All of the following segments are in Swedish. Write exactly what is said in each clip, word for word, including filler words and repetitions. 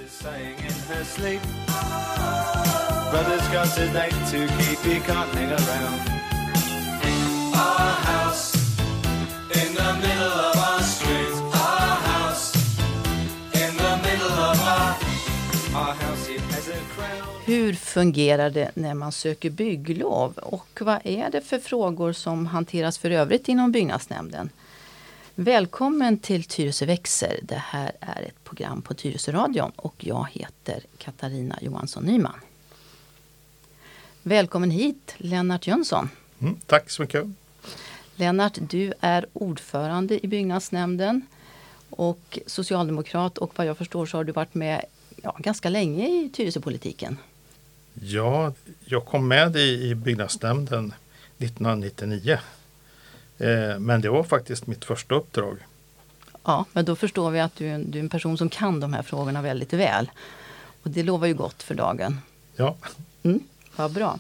saying in her sleep, brother's got a date to keep, he can't hang around. Our house in the middle of our street, our house in the middle of our, our house it has a crown. Hur fungerar det när man söker bygglov och vad är det för frågor som hanteras för övrigt inom byggnadsnämnden? Välkommen till Tyresö växer. Det här är ett program på Tyresöradion och jag heter Katarina Johansson Nyman. Välkommen hit Lennart Jönsson. Mm, tack så mycket. Lennart, du är ordförande i byggnadsnämnden och socialdemokrat och vad jag förstår så har du varit med ja, ganska länge i Tyresöpolitiken. Ja, jag kom med i, i byggnadsnämnden nittonhundranittionio. Eh, men det var faktiskt mitt första uppdrag. Ja, men då förstår vi att du är, en, du är en person som kan de här frågorna väldigt väl. Och det lovar ju gott för dagen. Ja. Mm, vad bra.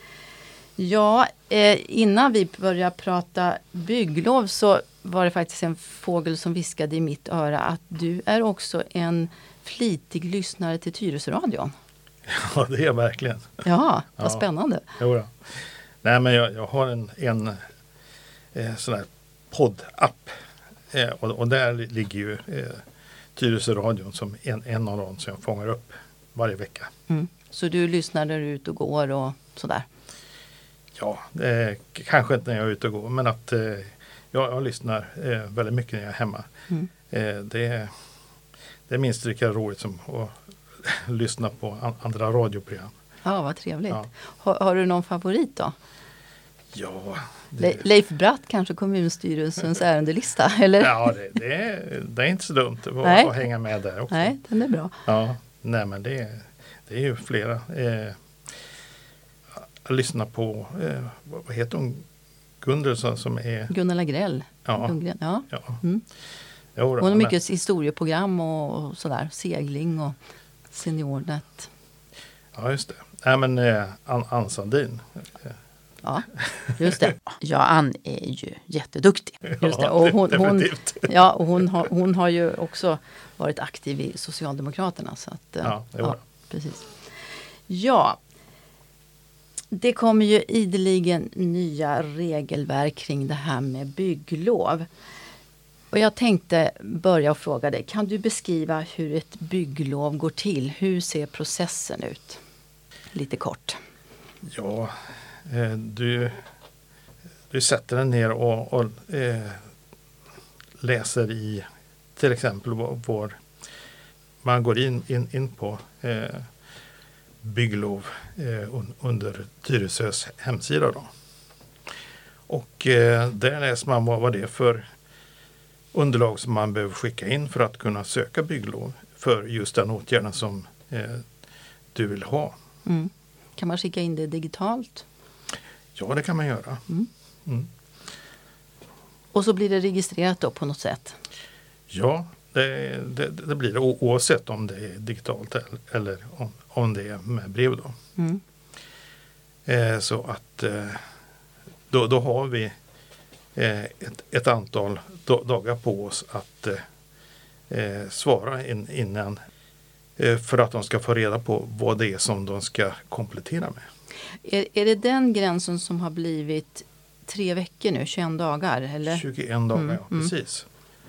Ja, eh, innan vi börjar prata bygglov så var det faktiskt en fågel som viskade i mitt öra att du är också en flitig lyssnare till Tyresöradion. Ja, det är jag verkligen. Ja, vad ja. spännande. Jo då. Nej, men jag, jag har en, en eh, sån här poddapp eh, och, och där ligger ju eh, Tyresöradion som en, en av dem som jag fångar upp varje vecka. Mm. Så du lyssnar när du är ute och går och sådär? Ja, eh, kanske inte när jag är ute och går, men att eh, jag, jag lyssnar eh, väldigt mycket när jag är hemma. Mm. Eh, det, det är minst lika roligt som att lyssna på an, andra radioprogram. Ja, vad trevligt. Ja. Har, har du någon favorit då? Ja. Det, Le- Leif Bratt kanske kommunstyrelsens ärendelista, eller? Ja, det, det, är, det är inte så dumt att, Nej. att hänga med där också. Nej, den är bra. Ja, nej men det, det är ju flera. Eh, jag lyssnar på, eh, vad heter hon? Gunderson som är... Gunnar Lagrell. Ja. Lundgren, ja. Ja. Mm. Jo, Hon då, har men- mycket historieprogram och, och sådär. Segling och seniornet. Ja, just det. Nej, men eh, Ann, Ann Sandin. Ja, just det. Ja, Ann är ju jätteduktig. Just det. Ja, Och hon, hon, definitivt. ja, och hon, har, hon har ju också varit aktiv i Socialdemokraterna. Så att, eh, Ja, jo då. precis. Ja, det kommer ju ideligen nya regelverk kring det här med bygglov. Och jag tänkte börja och fråga dig, kan du beskriva hur ett bygglov går till? Hur ser processen ut? Lite kort. Ja, eh, du, du sätter den ner och, och eh, läser i till exempel vår, vår man går in, in, in på eh, bygglov eh, un, under Tyresös hemsida då. Och eh, där läser man vad, vad det är för underlag som man behöver skicka in för att kunna söka bygglov för just den åtgärden som eh, du vill ha. Mm. Kan man skicka in det digitalt? Ja, det kan man göra. Mm. Mm. Och så blir det registrerat då på något sätt? Ja, det, det, det blir det o- oavsett om det är digitalt eller, eller om, om det är med brev då. Mm. Eh, så att eh, då, då har vi eh, ett, ett antal do- dagar på oss att eh, eh, svara in, innan eh, för att de ska få reda på vad det är som de ska komplettera med. Är, är det den gränsen som har blivit tre veckor nu, tjugoen dagar? Eller? tjugoen dagar, Mm, ja, mm. precis.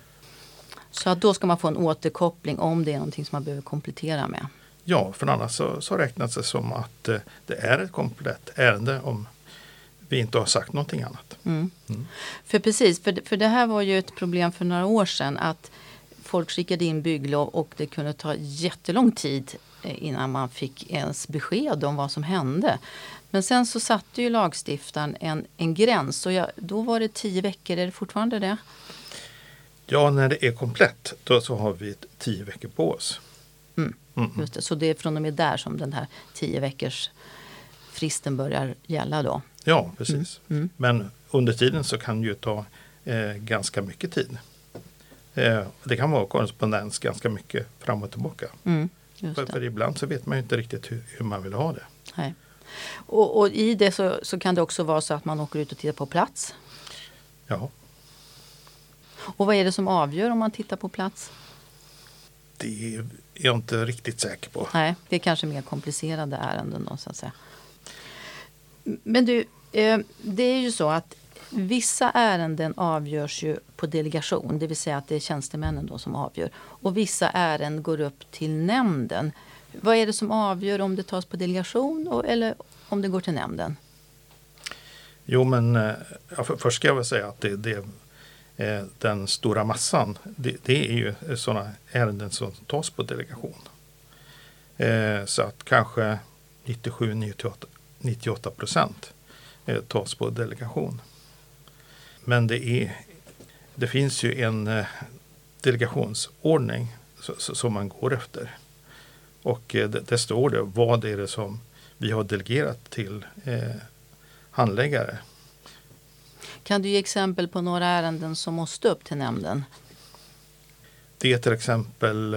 Så att då ska man få en återkoppling om det är någonting som man behöver komplettera med. Ja, för annars så, så räknas det som att eh, det är ett komplett ärende om vi inte har sagt någonting annat. Mm. Mm. För precis, för, för det här var ju ett problem för några år sedan att folk skickade in bygglov och det kunde ta jättelång tid innan man fick ens besked om vad som hände. Men sen så satte ju lagstiftaren en, en gräns och jag, då var det tio veckor, är det fortfarande det? Ja, när det är komplett då så har vi tio veckor på oss. Mm. Mm. Just det, så det är från och med där som den här tio veckors fristen börjar gälla då. Ja, precis. Mm. Mm. Men under tiden så kan det ju ta eh, ganska mycket tid. Eh, det kan vara korrespondens ganska mycket fram och tillbaka. Mm, just För, det. för ibland så vet man ju inte riktigt hur, hur man vill ha det. Nej. Och, och i det så, så kan det också vara så att man åker ut och tittar på plats. Ja, Och vad är det som avgör om man tittar på plats? det är jag inte riktigt säker på. Nej, det är kanske mer komplicerade ärenden då, så att säga. Men du, eh, det är ju så att vissa ärenden avgörs ju på delegation, det vill säga att det är tjänstemännen då som avgör. Och vissa ärenden går upp till nämnden. Vad är det som avgör om det tas på delegation och, eller om det går till nämnden? Jo, men ja, för, först ska jag väl säga att det, det eh, den stora massan, det, det är ju sådana ärenden som tas på delegation. Eh, så att kanske nittiosju till nittioåtta procent eh, tas på delegation. Men det, är, det finns ju en eh, delegationsordning så, så, som man går efter. Och eh, det, det står det vad är det som vi har delegerat till eh, handläggare. Kan du ge exempel på några ärenden som måste upp till nämnden? Det är till exempel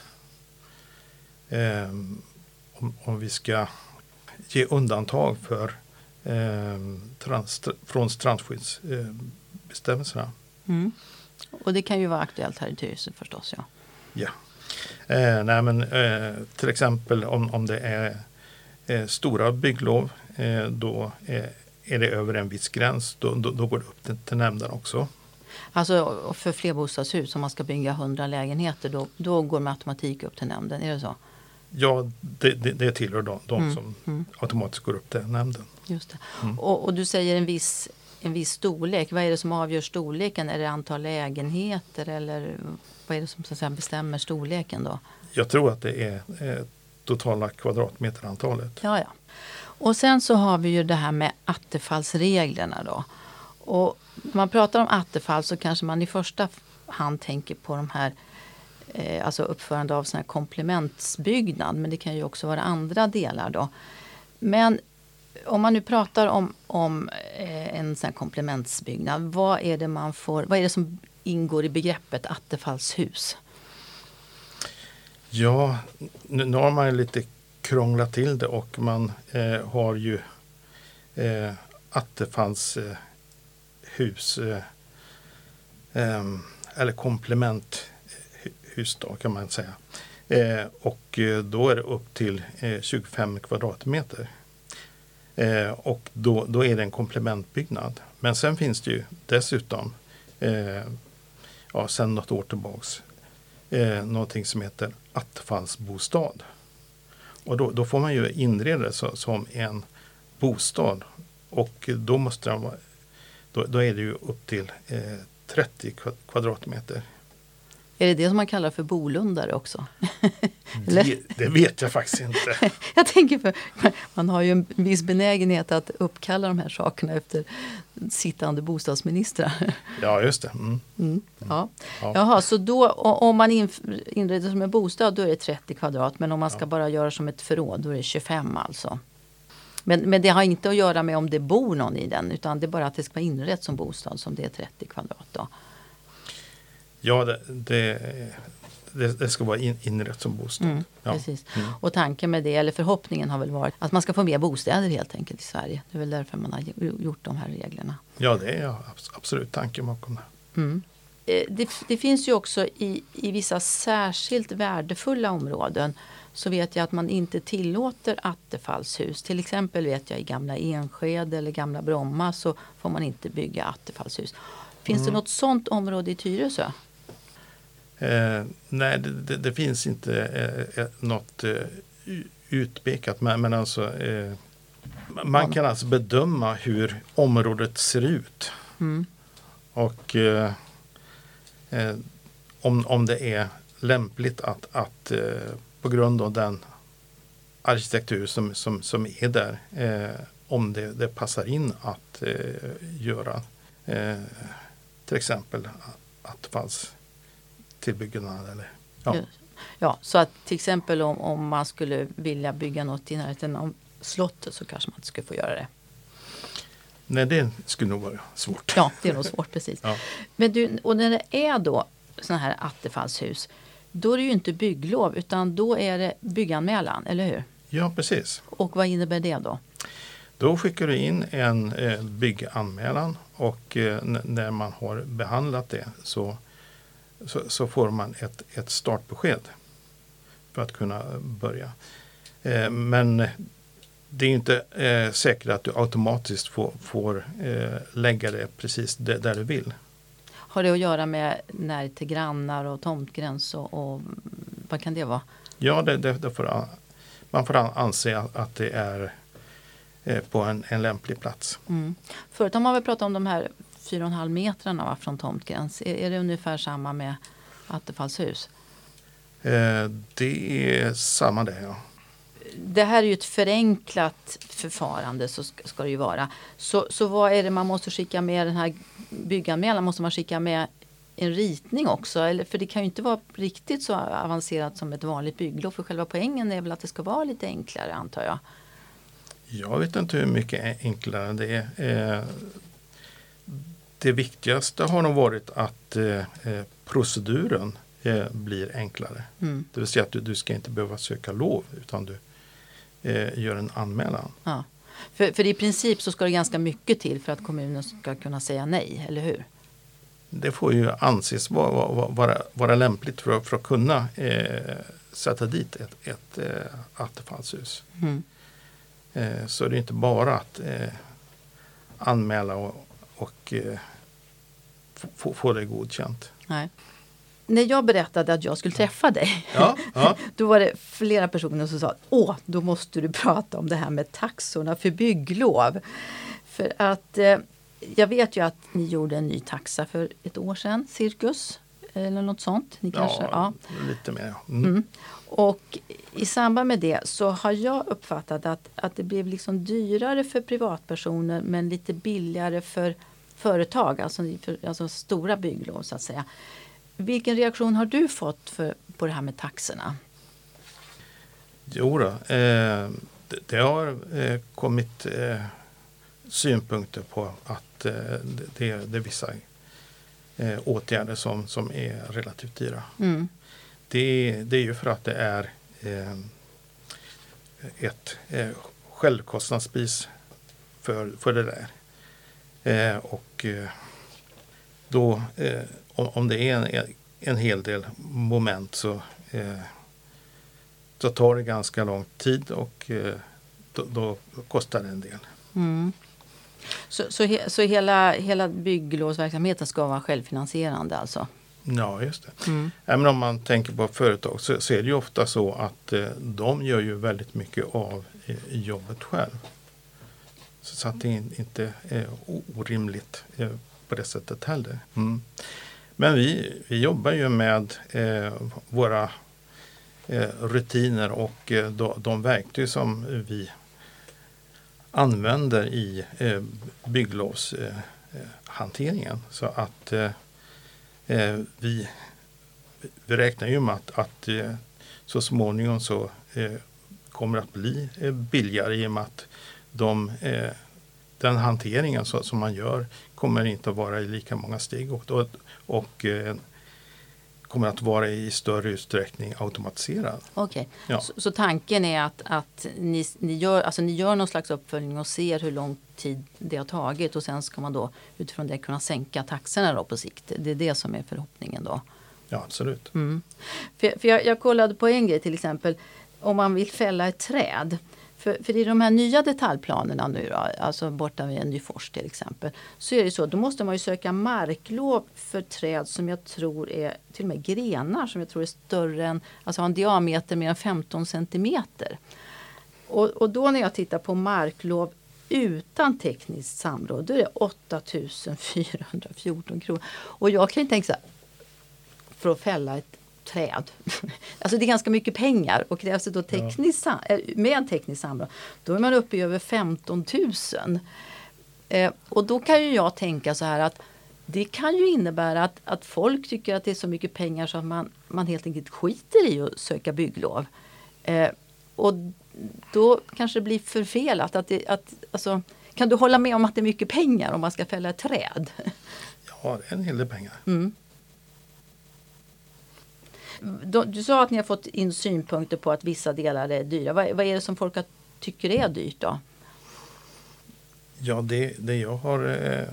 eh, om, om vi ska ge undantag för eh, trans, från strandskyddsbestämmelserna. Eh, mm. Och det kan ju vara aktuellt här i Tyresö förstås. Ja. Ja. Eh, nej, men, eh, till exempel om, om det är eh, stora bygglov eh, då eh, är det över en viss gräns, då, då, då går det upp till, till nämnden också. Alltså för flerbostadshus, om man ska bygga hundra lägenheter, då, då går med automatik upp till nämnden, är det så? Ja, det, det, det tillhör de, de mm. som mm. automatiskt går upp till nämnden. Just det. Mm. Och, och du säger en viss, en viss storlek. Vad är det som avgör storleken? Är det antal lägenheter eller vad är det som så att säga, bestämmer storleken då? Jag tror att det är eh, totala kvadratmeterantalet. Ja, ja. Och sen så har vi ju det här med attefallsreglerna då. Och när man pratar om attefall så kanske man i första hand tänker på de här eh, alltså uppförande av sån här komplementsbyggnad. Men det kan ju också vara andra delar då. Men om man nu pratar om, om eh, en sån här komplementsbyggnad, vad är det man får, vad är det som ingår i begreppet attefallshus? Ja, nu, nu har man lite krånglat till det och man eh, har ju eh, attefallshus eh, eh, eller komplementhus då kan man säga. Eh, och eh, då är det upp till eh, tjugofem kvadratmeter. Eh, och då, då är det en komplementbyggnad. Men sen finns det ju dessutom eh, ja, sen något år tillbaks eh, någonting som heter attefallsbostad. Och då, då får man ju inreda det så, som en bostad. Och då måste den vara, då, då är det ju upp till eh, trettio kvadratmeter. Är det det som man kallar för bolundare också? det, det vet jag faktiskt inte. Jag tänker för man har ju en viss benägenhet att uppkalla de här sakerna efter sittande bostadsministrar. Ja, just det. Mm. Mm. Ja. Ja. Jaha, så då om man inreder som en bostad då är det trettio kvadrat, men om man ska ja. bara göra som ett förråd då är det tjugofem alltså. Men, men det har inte att göra med om det bor någon i den, utan det är bara att det ska vara inrett som bostad som det är trettio kvadrat då. Ja, det, det, det, det ska vara in, inrätt som bostad. Mm, ja. Precis. Mm. Och tanken med det, eller förhoppningen har väl varit att man ska få mer bostäder helt enkelt i Sverige. Det är väl därför man har gjort de här reglerna. Ja, det är absolut tanken bakom det. Mm. Det, det finns ju också i, i vissa särskilt värdefulla områden så vet jag att man inte tillåter attefallshus. Till exempel vet jag i gamla Enskede eller gamla Bromma så får man inte bygga attefallshus. Finns mm. det något sådant område i Tyresö? Eh, nej, det, det, det finns inte eh, något eh, utpekat. Men, men alltså, eh, man kan alltså bedöma hur området ser ut. Mm. Och eh, eh, om, om det är lämpligt att, att eh, på grund av den arkitektur som, som, som är där, eh, om det, det passar in att eh, göra eh, till exempel attefallstillbyggnad eller ja. Ja, så att till exempel om, om man skulle vilja bygga något i närheten av slottet så kanske man inte skulle få göra det. Nej, det skulle nog vara svårt. Ja, det är nog svårt, precis. Ja. Men du, och när det är då sådana här attefallshus, då är det ju inte bygglov utan då är det bygganmälan, eller hur? Ja, precis. Och vad innebär det då? Då skickar du in en eh, bygganmälan och eh, n- när man har behandlat det så, så, så får man ett, ett startbesked. för att kunna börja. Eh, men det är inte eh, säkert att du automatiskt får, får eh, lägga det precis där, där du vill. Har det att göra med när till grannar och tomtgräns och, och vad kan det vara? Ja, det, det, det får, man får anse att det är eh, på en, en lämplig plats. Mm. Förut har man väl pratat om de här fyra och en halv metrarna va, från tomtgräns. Är, är det ungefär samma med attefallshus? Eh, det är samma det, ja. Det här är ju ett förenklat förfarande, så ska, ska det ju vara. Så, så vad är det man måste skicka med den här bygganmälan? Måste man skicka med en ritning också? Eller, för det kan ju inte vara riktigt så avancerat som ett vanligt bygglov. För själva poängen är väl att det ska vara lite enklare, antar jag. Jag vet inte hur mycket enklare det är. Eh, det viktigaste har nog varit att eh, proceduren eh, blir enklare. Mm. Det vill säga att du, du ska inte behöva söka lov, utan du eh, gör en anmälan. Ja. För, för i princip så ska det ganska mycket till för att kommunen ska kunna säga nej, eller hur? Det får ju anses vara, vara, vara lämpligt för, för att kunna eh, sätta dit ett, ett eh, attefallshus. Mm. Eh, så det är inte bara att eh, anmäla och, och eh, få, få det godkänt. Nej. När jag berättade att jag skulle träffa dig, ja, ja. då var det flera personer som sa, åh, då måste du prata om det här med taxorna för bygglov. För att eh, jag vet ju att ni gjorde en ny taxa för ett år sedan, cirkus, eller något sånt. Ni kanske, ja, ja, lite mer. Mm. Mm. Och i samband med det så har jag uppfattat att, att det blev liksom dyrare för privatpersoner men lite billigare för företag, alltså, för, alltså stora bygglov så att säga. Vilken reaktion har du fått för, på det här med taxorna? Jo då, eh, det, det har eh, kommit eh, synpunkter på att eh, det, det är vissa eh, åtgärder som, som är relativt dyra. Mm. Det, det är ju för att det är eh, ett eh, självkostnadspris för, för det där. Eh, och eh, då eh, om, om det är en, en hel del moment så, eh, så tar det ganska lång tid och eh, då, då kostar det en del. Mm. Så, så, he, så hela, hela bygglovsverksamheten ska vara självfinansierande alltså? Ja, just det. Mm. Även om man tänker på företag så, så är det ju ofta så att eh, de gör ju väldigt mycket av eh, jobbet själv. Så, så att det inte är orimligt eh, på det sättet heller. Mm. Men vi, vi jobbar ju med eh, våra eh, rutiner och eh, de, de verktyg som vi använder i eh, bygglovshanteringen. Eh, så att eh, eh, vi, vi räknar ju med att, att eh, så småningom så eh, kommer att bli eh, billigare i och med att de, eh, den hanteringen så, som man gör kommer inte att vara i lika många steg och, och, och eh, kommer att vara i större utsträckning automatiserad. Okej, okay. Ja. så, så tanken är att, att ni, ni, gör, alltså ni gör någon slags uppföljning och ser hur lång tid det har tagit och sen ska man då utifrån det kunna sänka taxorna då på sikt. Det är det som är förhoppningen då? Ja, absolut. Mm. För, för jag, jag kollade på en grej till exempel, om man vill fälla ett träd. För, för i de här nya detaljplanerna nu då, alltså borta vid Nyfors till exempel, så är det så, då måste man ju söka marklov för träd som jag tror är, till och med grenar som jag tror är större än, alltså har en diameter mer än femton centimeter. Och, och då när jag tittar på marklov utan tekniskt samråd, då är det åtta tusen fyrahundrafjorton kronor. Och jag kan ju tänka så här, för att fälla ett träd. Alltså det är ganska mycket pengar och krävs det då tekniskt, ja. med en teknisk samråd, då är man uppe i över femton tusen. Eh, och då kan ju jag tänka så här att det kan ju innebära att, att folk tycker att det är så mycket pengar så att man, man helt enkelt skiter i att söka bygglov. Eh, och då kanske det blir förfelat. Att det, att, alltså, kan du hålla med om att det är mycket pengar om man ska fälla ett träd? Ja, det är en hel del pengar. Mm. Du sa att ni har fått in synpunkter på att vissa delar är dyra. Vad, vad är det som folk tycker är dyrt då? Ja, det, det jag har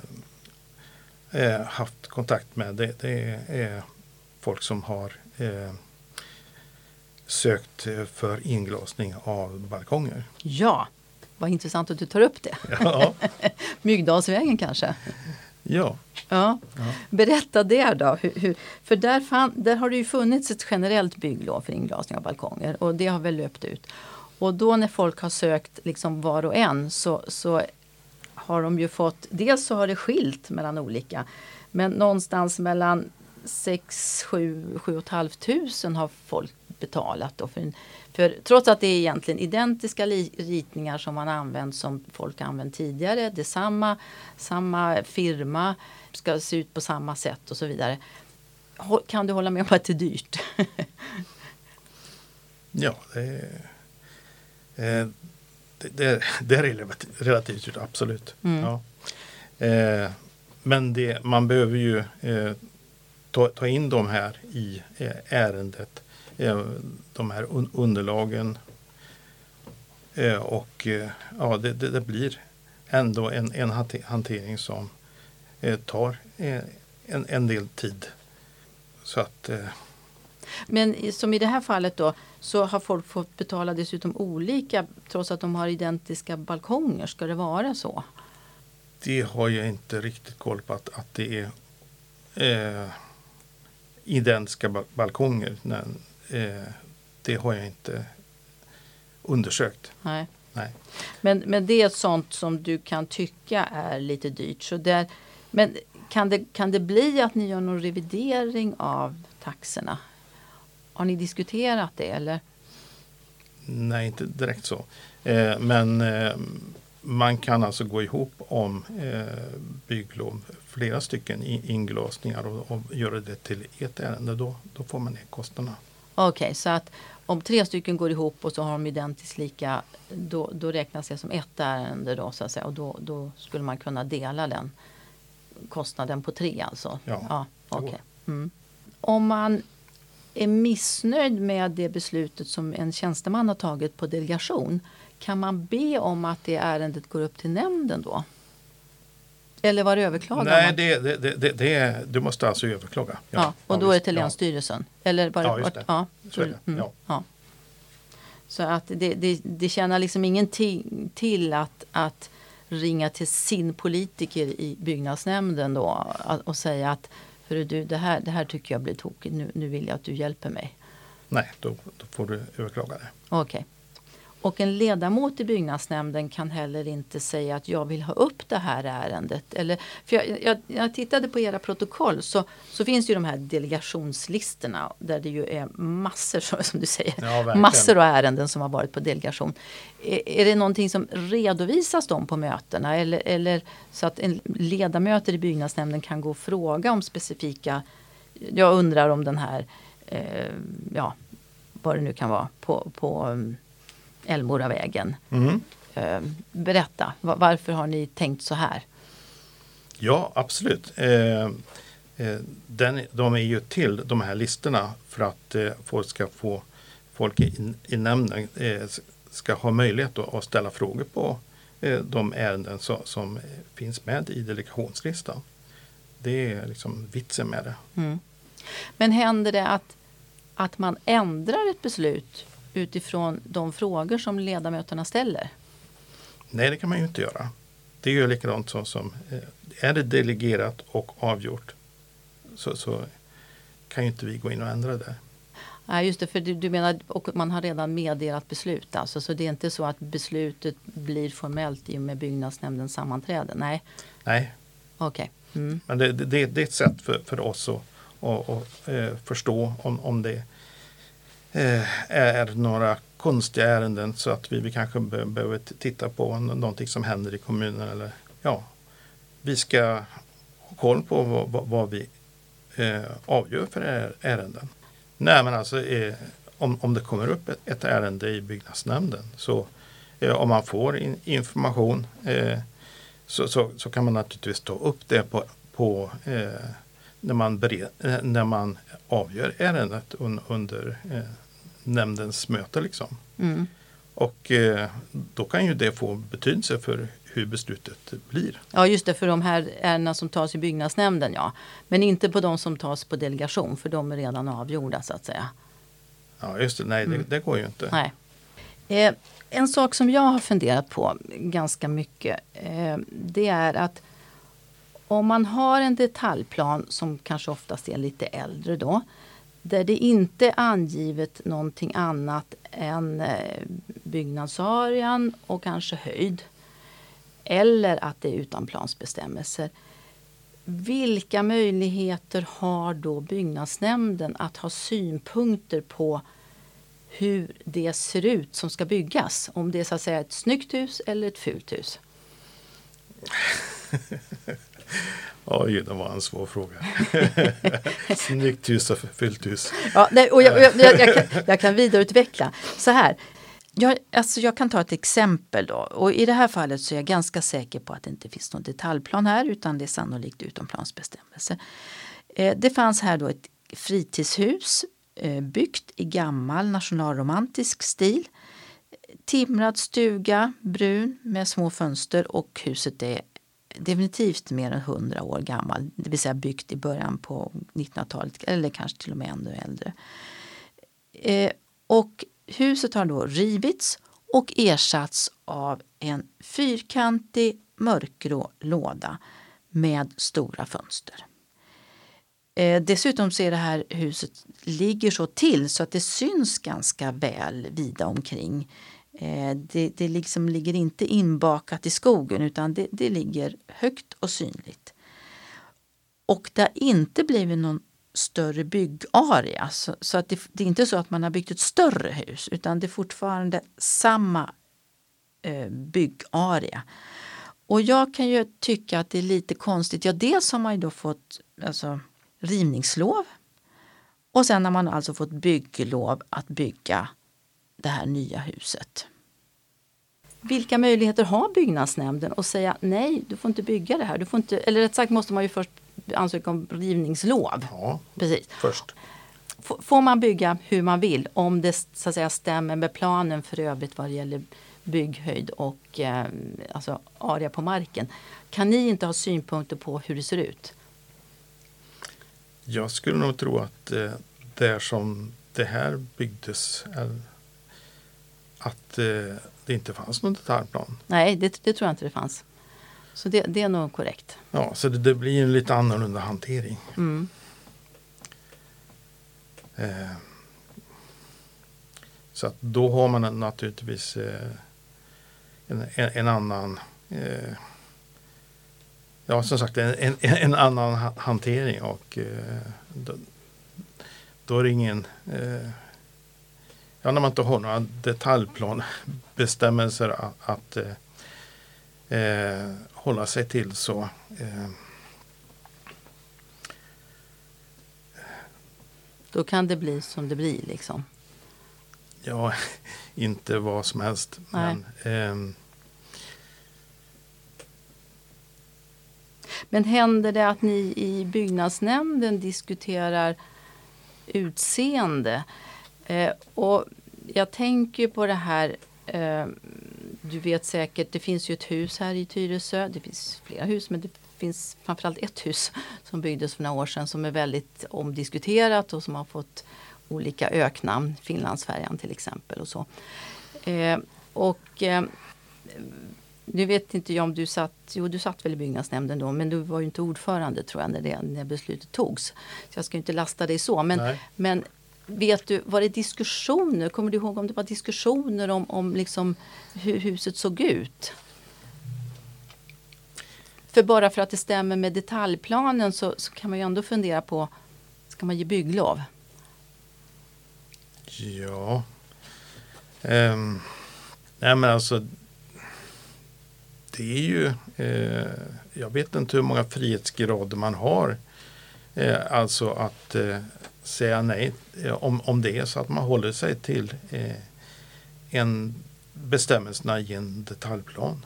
eh, haft kontakt med det, det är folk som har eh, sökt för inglasning av balkonger. Ja, vad intressant att du tar upp det. Ja. Myggdalsvägen kanske? Ja. Ja. Ja. Berätta det då. Hur, hur, för där, fann, där har det ju funnits ett generellt bygglov för inglasning av balkonger och det har väl löpt ut. Och då när folk har sökt liksom var och en så, så har de ju fått, dels så har det skilt mellan olika, men någonstans mellan sex, sju, sju och ett halvt tusen har folk betalat då för, för trots att det är egentligen identiska li, ritningar som man använt som folk använt tidigare, det är samma, samma firma, ska se ut på samma sätt och så vidare. Kan du hålla med om att det är dyrt? Ja, det är, det, det, det är relativt, relativt dyrt, absolut. Mm. Ja. Eh, men det, man behöver ju eh, ta, ta in de här i eh, ärendet, eh, de här un, underlagen eh, och eh, ja, det, det, det blir ändå en, en hantering som eh, tar eh, en, en del tid. Så att... Eh, Men som i det här fallet då så har folk fått betala dessutom olika trots att de har identiska balkonger. Ska det vara så? Det har jag inte riktigt koll på att, att det är eh, identiska ba- balkonger. Nej, eh, det har jag inte undersökt. Nej. Nej. Men, men det är sånt som du kan tycka är lite dyrt. Så där, men kan det, kan det bli att ni gör någon revidering av taxorna? Har ni diskuterat det eller? Nej, inte direkt så. Eh, men eh, man kan alltså gå ihop om eh, bygglov, flera stycken inglasningar och, och göra det till ett ärende. Då, då får man ner kostnaderna. Okej, okay, så att om tre stycken går ihop och så har de identiskt lika, då, då räknas det som ett ärende då så att säga. Och då, då skulle man kunna dela den kostnaden på tre alltså? Ja, ja okej. Okay. Mm. Om man är missnöjd med det beslutet som en tjänsteman har tagit på delegation, kan man be om att det ärendet går upp till nämnden då? Eller var det överklagar Nej, man? det, det, det, det är, du måste alltså överklaga. Ja, ja och då ja, är det till länsstyrelsen? Ja. Eller var det, ja, just det. Ja, så är det. Mm, ja. ja. Så att det, det, det tjänar liksom ingenting till att, att ringa till sin politiker i byggnadsnämnden då och säga att för du, det, här, det här tycker jag blir tokigt, nu, nu vill jag att du hjälper mig. Nej, då, då får du överklaga det. Okej. Okay. Och en ledamot i byggnadsnämnden kan heller inte säga att jag vill ha upp det här ärendet. Eller, för jag, jag, jag tittade på era protokoll så, så finns ju de här delegationslistorna där det ju är massor som du säger. Ja, massor av ärenden som har varit på delegation. Är, är det någonting som redovisas de på mötena? Eller, eller så att en ledamöter i byggnadsnämnden kan gå och fråga om specifika, jag undrar om den här, eh, ja vad det nu kan vara, på... på Älvmoravägen. Mm. Berätta, varför har ni tänkt så här? Ja, absolut. Eh, den, de är ju till de här listorna för att eh, folk ska få folk i, i nämnden eh, ska ha möjlighet att, att ställa frågor på eh, de ärenden så, som finns med i delegationslistan. Det är liksom vitsen med det. Mm. Men händer det att, att man ändrar ett beslut utifrån de frågor som ledamöterna ställer? Nej, det kan man ju inte göra. Det är ju likadant som, som är det delegerat och avgjort så, så kan ju inte vi gå in och ändra det. Nej, just det, för du, du menar och man har redan meddelat beslut alltså, så det är inte så att beslutet blir formellt i och med byggnadsnämndens sammanträde? Nej. Nej. Okej. Okay. Mm. Men det, det, det är ett sätt för, för oss att, att, att, att förstå om, om det är några konstiga ärenden så att vi, vi kanske be, behöver titta på någonting som händer i kommunen eller ja, vi ska ha koll på vad, vad vi eh, avgör för ärenden. Nej, men alltså eh, om, om det kommer upp ett, ett ärende i byggnadsnämnden så eh, om man får in, information eh, så, så, så kan man naturligtvis ta upp det på, på eh, när man bered, eh, när man avgör ärendet un, under eh, nämndens möte liksom. Mm. Och eh, då kan ju det få betydelse för hur beslutet blir. Ja, just det, för de här ärendena som tas i byggnadsnämnden, ja. Men inte på de som tas på delegation, för de är redan avgjorda så att säga. Ja, just det. Nej, Mm. det, det går ju inte. Nej. Eh, en sak som jag har funderat på ganska mycket, eh, det är att om man har en detaljplan som kanske oftast är lite äldre då, där det inte är angivet någonting annat än eh, byggnadsarean och kanske höjd, eller att det är utan plansbestämmelser. Vilka möjligheter har då byggnadsnämnden att ha synpunkter på hur det ser ut som ska byggas? Om det är så att säga ett snyggt hus eller ett fult hus? Oj, det var en svår fråga. Snyggt hus och fyllt hus. Ja, nej, och jag, jag, jag, jag, kan, jag kan vidareutveckla. Så här, jag, alltså jag kan ta ett exempel då. Och i det här fallet så är jag ganska säker på att det inte finns någon detaljplan här, utan det är sannolikt utomplansbestämmelse. Eh, det fanns här då ett fritidshus eh, byggt i gammal nationalromantisk stil. Timrad stuga, brun med små fönster, och huset är definitivt mer än hundra år gammal, det vill säga byggt i början på nittonhundratalet eller kanske till och med ännu äldre. Eh, och huset har då rivits och ersatts av en fyrkantig mörkgrå låda med stora fönster. Eh, dessutom ser det här huset ligger så till så att det syns ganska väl vida omkring. Eh, det, det liksom ligger inte inbakat i skogen, utan det, det ligger högt och synligt. Och det har inte blivit någon större byggarea, så, så att det, det är inte så att man har byggt ett större hus, utan det är fortfarande samma eh, byggarea. Och jag kan ju tycka att det är lite konstigt. Ja, dels har man ju då fått alltså, rivningslov, och sen har man alltså fått bygglov att bygga det här nya huset. Vilka möjligheter har byggnadsnämnden att säga nej, du får inte bygga det här. Du får inte, eller rätt sagt måste man ju först ansöka om rivningslov. Ja, precis. Först. F- får man bygga hur man vill om det så att säga stämmer med planen för övrigt vad det gäller bygghöjd och eh, alltså area på marken. Kan ni inte ha synpunkter på hur det ser ut? Jag skulle nog tro att eh, där som det här byggdes, är, att eh, det inte fanns någon detaljplan. Nej, det, det tror jag inte det fanns. Så det, det är nog korrekt. Ja, så det, det blir en lite annorlunda hantering. Mm. Eh, så att då har man naturligtvis eh, en, en, en annan eh, ja, som sagt en, en, en annan ha- hantering, och eh, då, då är det ingen eh, ja, när man inte har några detaljplanbestämmelser att, att eh, eh, hålla sig till, så eh, Då kan det bli som det blir liksom. ja, inte vad som helst. Nej. Men ehm, Men händer det att ni i byggnadsnämnden diskuterar utseende? Eh, och jag tänker på det här, eh, du vet säkert, det finns ju ett hus här i Tyresö. Det finns flera hus, men det finns framförallt ett hus som byggdes för några år sedan som är väldigt omdiskuterat och som har fått olika öknamn. Finlandsfärjan till exempel och så. Eh, och eh, nu vet inte jag om du satt, jo du satt väl i byggnadsnämnden då, men du var ju inte ordförande tror jag när det när beslutet togs. Så jag ska inte lasta dig så, men, Nej. men vet du, var det diskussioner, kommer du ihåg om det var diskussioner om, om liksom hur huset såg ut? För bara för att det stämmer med detaljplanen så, så kan man ju ändå fundera på, ska man ge bygglov? ja. Ehm, nej men alltså det är ju eh, jag vet inte hur många frihetsgrader man har. Eh, alltså att eh, säga nej eh, om, om det är så att man håller sig till eh, en bestämmelserna i en detaljplan.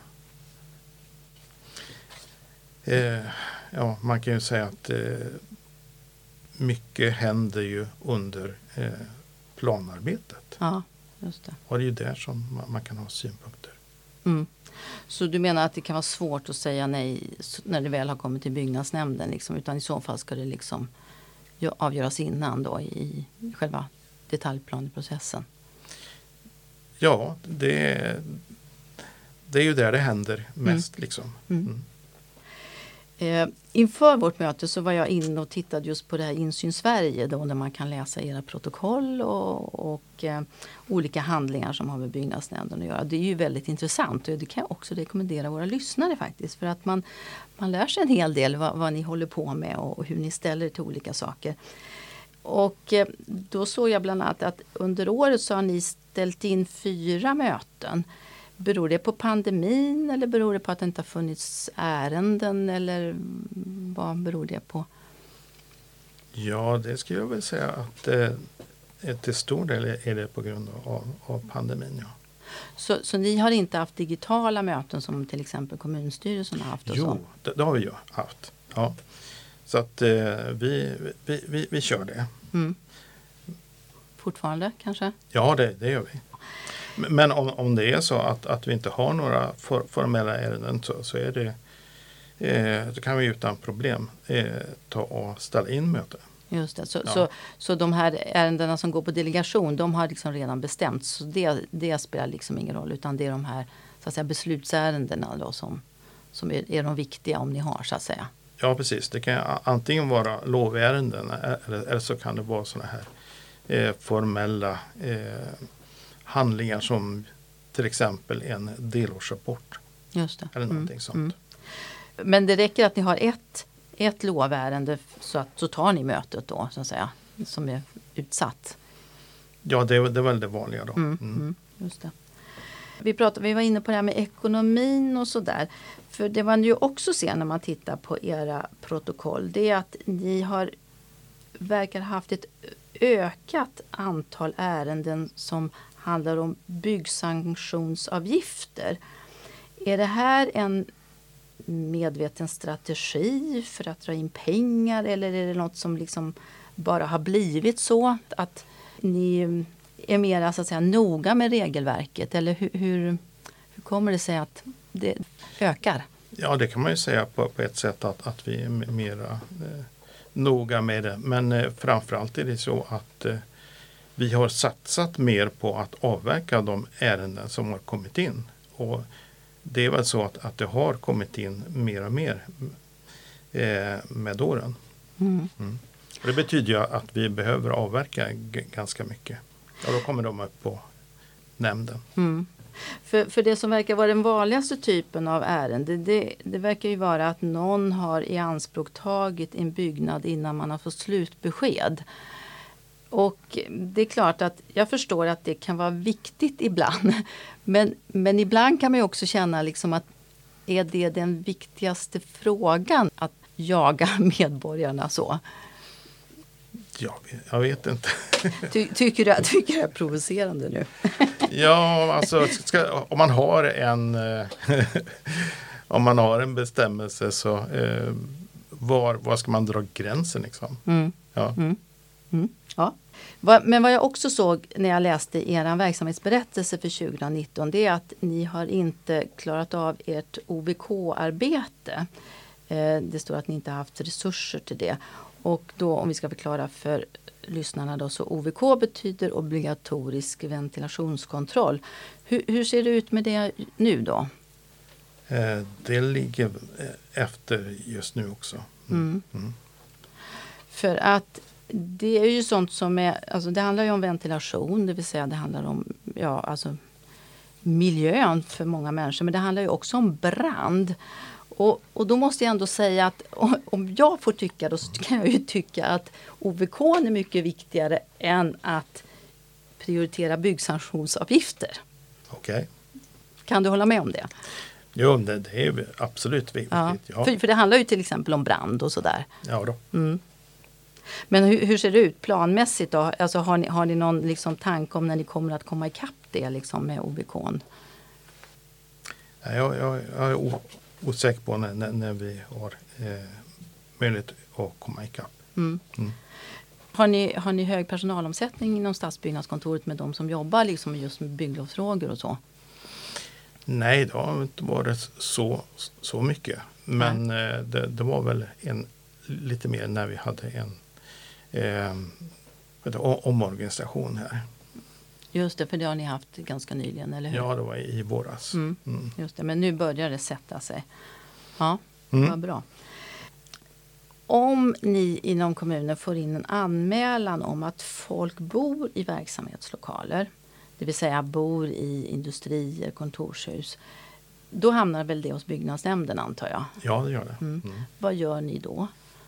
Eh, ja, man kan ju säga att eh, mycket händer ju under eh, planarbetet. Ja, just det. Och det är ju där som man, man kan ha synpunkter. Mm. Så du menar att det kan vara svårt att säga nej när det väl har kommit till byggnadsnämnden liksom, utan i så fall ska det liksom avgöras innan då i själva detaljplaneprocessen? Ja, det, det är ju där det händer mest. Mm. Liksom. Mm. Mm. Eh, inför vårt möte så var jag inne och tittade just på det här Insyn Sverige då, där man kan läsa era protokoll och, och eh, olika handlingar som har med byggnadsnämnden att göra. Det är ju väldigt intressant och det kan jag också rekommendera våra lyssnare faktiskt, för att man, man lär sig en hel del vad, vad ni håller på med och, och hur ni ställer er till olika saker. Och eh, då såg jag bland annat att under året så har ni ställt in fyra möten. Beror det på pandemin eller beror det på att det inte har funnits ärenden, eller vad beror det på? Ja, det skulle jag väl säga att eh, till stor del är det på grund av, av pandemin. Ja. Så, så ni har inte haft digitala möten som till exempel kommunstyrelsen har haft? Och jo, så? Det, det har vi ju haft. Ja. Så att eh, vi, vi, vi, vi kör det. Mm. Fortfarande kanske? Ja, det, det gör vi. Men om, om det är så att, att vi inte har några for, formella ärenden så, så är det, eh, då kan vi utan problem eh, ta och ställa in möte. Just det. Så, Ja. så, så de här ärendena som går på delegation, de har liksom redan bestämts. Så det, det spelar liksom ingen roll, utan det är de här så att säga, beslutsärendena då, som, som är, är de viktiga om ni har, så att säga. Ja, precis. Det kan antingen vara lovärenden eller, eller så kan det vara sådana här eh, formella eh, handlingar som till exempel en delårsrapport. Just det. Eller någonting Mm. sånt. Mm. Men det räcker att ni har ett, ett lovärende så att så tar ni mötet då, så att säga, som är utsatt. Ja, det, det är väl det vanliga då. Mm. Mm. Mm. Just det. Vi, pratade, vi var inne på det här med ekonomin och sådär. För det man ju också ser när man tittar på era protokoll, det är att ni har verkar ha haft ett ökat antal ärenden som handlar om byggsanktionsavgifter. Är det här en medveten strategi för att dra in pengar, eller är det något som liksom bara har blivit så att ni är mer, så att säga, noga med regelverket, eller hur, hur, hur kommer det sig att det ökar? Ja, det kan man ju säga på, på ett sätt att, att vi är mera eh, noga med det. Men eh, framförallt är det så att eh, vi har satsat mer på att avverka de ärenden som har kommit in. Och det är väl så att, att det har kommit in mer och mer eh, med åren. Mm. Mm. Och det betyder ju att vi behöver avverka g- ganska mycket. Och då kommer de upp på nämnden. Mm. För, för det som verkar vara den vanligaste typen av ärende, det, det verkar ju vara att någon har i anspråk tagit en byggnad innan man har fått slutbesked. Och det är klart att jag förstår att det kan vara viktigt ibland. Men, men ibland kan man ju också känna liksom att är det den viktigaste frågan, att jaga medborgarna så? Ja, jag vet inte. Ty, tycker, du, tycker du det är provocerande nu? Ja, alltså ska, om man har en eh, om man har en bestämmelse så eh, var, var ska man dra gränsen liksom? Mm. Ja. Mm. Mm. Ja. Va, men vad jag också såg när jag läste er verksamhetsberättelse för tjugonitton, det är att ni har inte klarat av ert O V K-arbete. Eh, det står att ni inte har haft resurser till det. Och då, om vi ska förklara för lyssnarna då, så O V K betyder obligatorisk ventilationskontroll. Hur, hur ser det ut med det nu då? Eh, det ligger efter just nu också. Mm. Mm. För att det är ju sånt som är, alltså det handlar ju om ventilation, det vill säga det handlar om, ja, alltså miljön för många människor, men det handlar ju också om brand. Och, och då måste jag ändå säga att om, om jag får tycka då, så kan jag ju tycka att O V K är mycket viktigare än att prioritera byggsanktionsavgifter. Okej. Okay. Kan du hålla med om det? Jo, det, det är ju absolut viktigt. Ja. Ja. För, för det handlar ju till exempel om brand och sådär. Ja då. Mm. Men hur, hur ser det ut planmässigt då? Alltså har ni, har ni någon liksom tanke om när ni kommer att komma ikapp det liksom med O V K? Jag, jag, jag är o, osäker på när, när, när vi har eh, möjlighet att komma ikapp. Mm. Mm. Har ni, har ni hög personalomsättning inom stadsbyggnadskontoret med de som jobbar liksom just med bygglovsfrågor och så? Nej, det har inte varit så, så mycket. Men eh, det, det var väl en, lite mer när vi hade en eh, vet, omorganisation här. Just det, för det har ni haft ganska nyligen, eller hur? Ja, det var i våras. Mm. Mm. Just det, men nu börjar det sätta sig. Ja, Mm. vad bra. Om ni inom kommunen får in en anmälan om att folk bor i verksamhetslokaler, det vill säga bor i industrier, kontorshus, då hamnar väl det hos byggnadsnämnden, antar jag? Ja, det gör det. Mm. Mm. Vad gör ni då?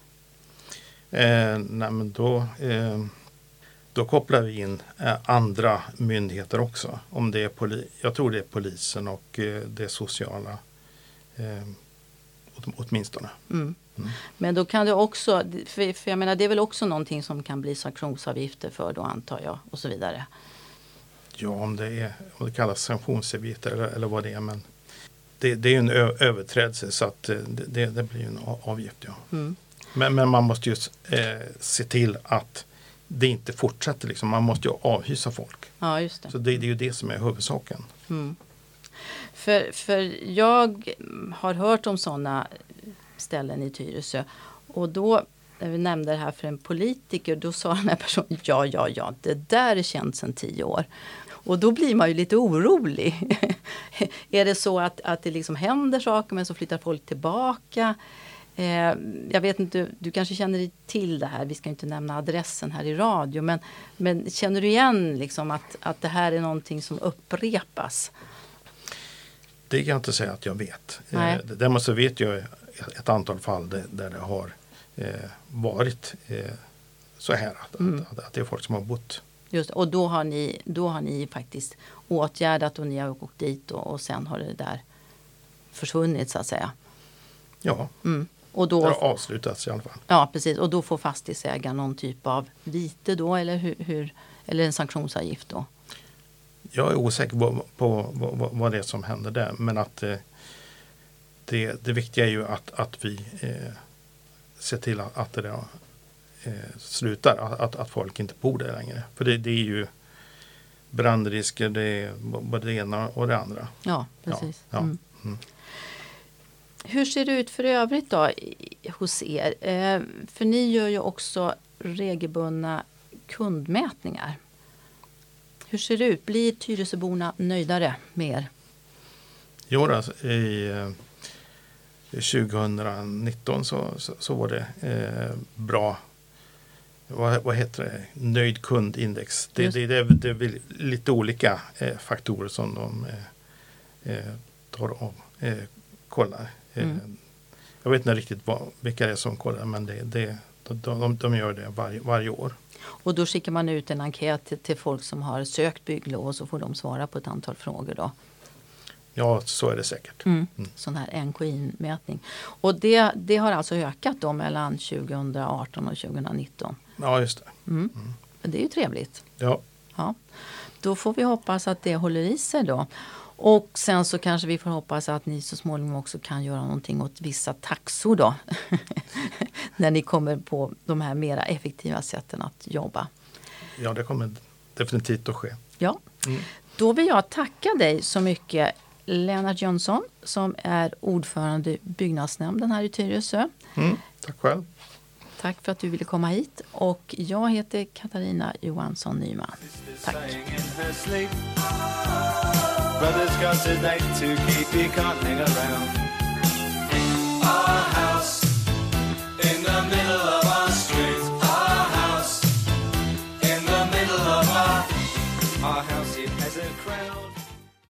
Eh, nej, men då, eh, då kopplar vi in eh, andra myndigheter också. Om det är poli- jag tror det är polisen och eh, det sociala eh, åt, åtminstone. Mm. Mm. Men då kan det också, för, för jag menar det är väl också någonting som kan bli sanktionsavgifter för då, antar jag, och så vidare. Ja, om det, är, om det kallas sanktionsavgifter eller, eller vad det är, men det, det är ju en ö- överträdelse så att eh, det, det, det blir ju en a- avgift. Ja. Mm. Men, men man måste ju eh, se till att det inte fortsätter. Liksom. Man måste ju avhysa folk. Ja, just det. Så det, det är ju det som är huvudsaken. Mm. För, för jag har hört om sådana ställen i Tyresö, och då, när vi nämnde det här för en politiker, då sa den här personen, ja, ja, ja, det där är känt sedan tio år. Och då blir man ju lite orolig. Är det så att, att det liksom händer saker men så flyttar folk tillbaka? Eh, jag vet inte, du kanske känner till det här, vi ska inte nämna adressen här i radio, men, men känner du igen liksom att, att det här är någonting som upprepas? Det kan jag inte säga att jag vet. Nej. Eh, däremot så vet jag ett antal fall där, där det har eh, varit eh, så här att, Mm. att, att det är folk som har bott. Just, och då har, ni, då har ni faktiskt åtgärdat och ni har åkt dit och, och sen har det där försvunnit så att säga. Ja, Mm. Och det har då, avslutats i alla fall. ja, precis, och då får fastighetsägaren någon typ av vite då, eller, hur, hur, eller en sanktionsavgift då? Jag är osäker på, på, på vad det är som händer där, men att eh, det, det viktiga är ju att, att vi eh, ser till att, att det eh, slutar, att, att, att folk inte bor där längre. För det, det är ju brandrisker, det är både det ena och det andra. Ja, precis. Ja, ja. Mm. Mm. Hur ser det ut för övrigt då i- hos er? Eh, för ni gör ju också regelbundna kundmätningar. Hur ser det ut? Blir Tyresöborna nöjdare med er? Jo, alltså, i eh, tjugonitton så, så, så var det eh, bra. Vad, vad heter det? Nöjd kundindex. Det, Just. det, det, det är väl lite olika eh, faktorer som de eh, eh, tar och eh, kollar. Eh, Mm. Jag vet inte riktigt vad, vilka det är som kollar, men det, det, de, de, de gör det varje, varje år. Och då skickar man ut en enkät till, till folk som har sökt bygglov, och så får de svara på ett antal frågor då. Ja, så är det säkert. Mm. Mm. Sån här N K I-mätning. Och det, det har alltså ökat då mellan tjugoarton och tjugonitton. Ja, just det. Mm. Det är ju trevligt. Ja, Ja. Då får vi hoppas att det håller i sig då. Och sen så kanske vi får hoppas att ni så småningom också kan göra någonting åt vissa taxor då. När ni kommer på de här mera effektiva sätten att jobba. ja, det kommer definitivt att ske. Ja, Mm. då vill jag tacka dig så mycket, Lennart Jönsson, som är ordförande i byggnadsnämnden här i Tyresö. Mm, tack själv. Tack för att du ville komma hit. Och jag heter Katarina Johansson Nyman. Tack. Saying in her sleep, brother's got a date to keep, he can't hang around.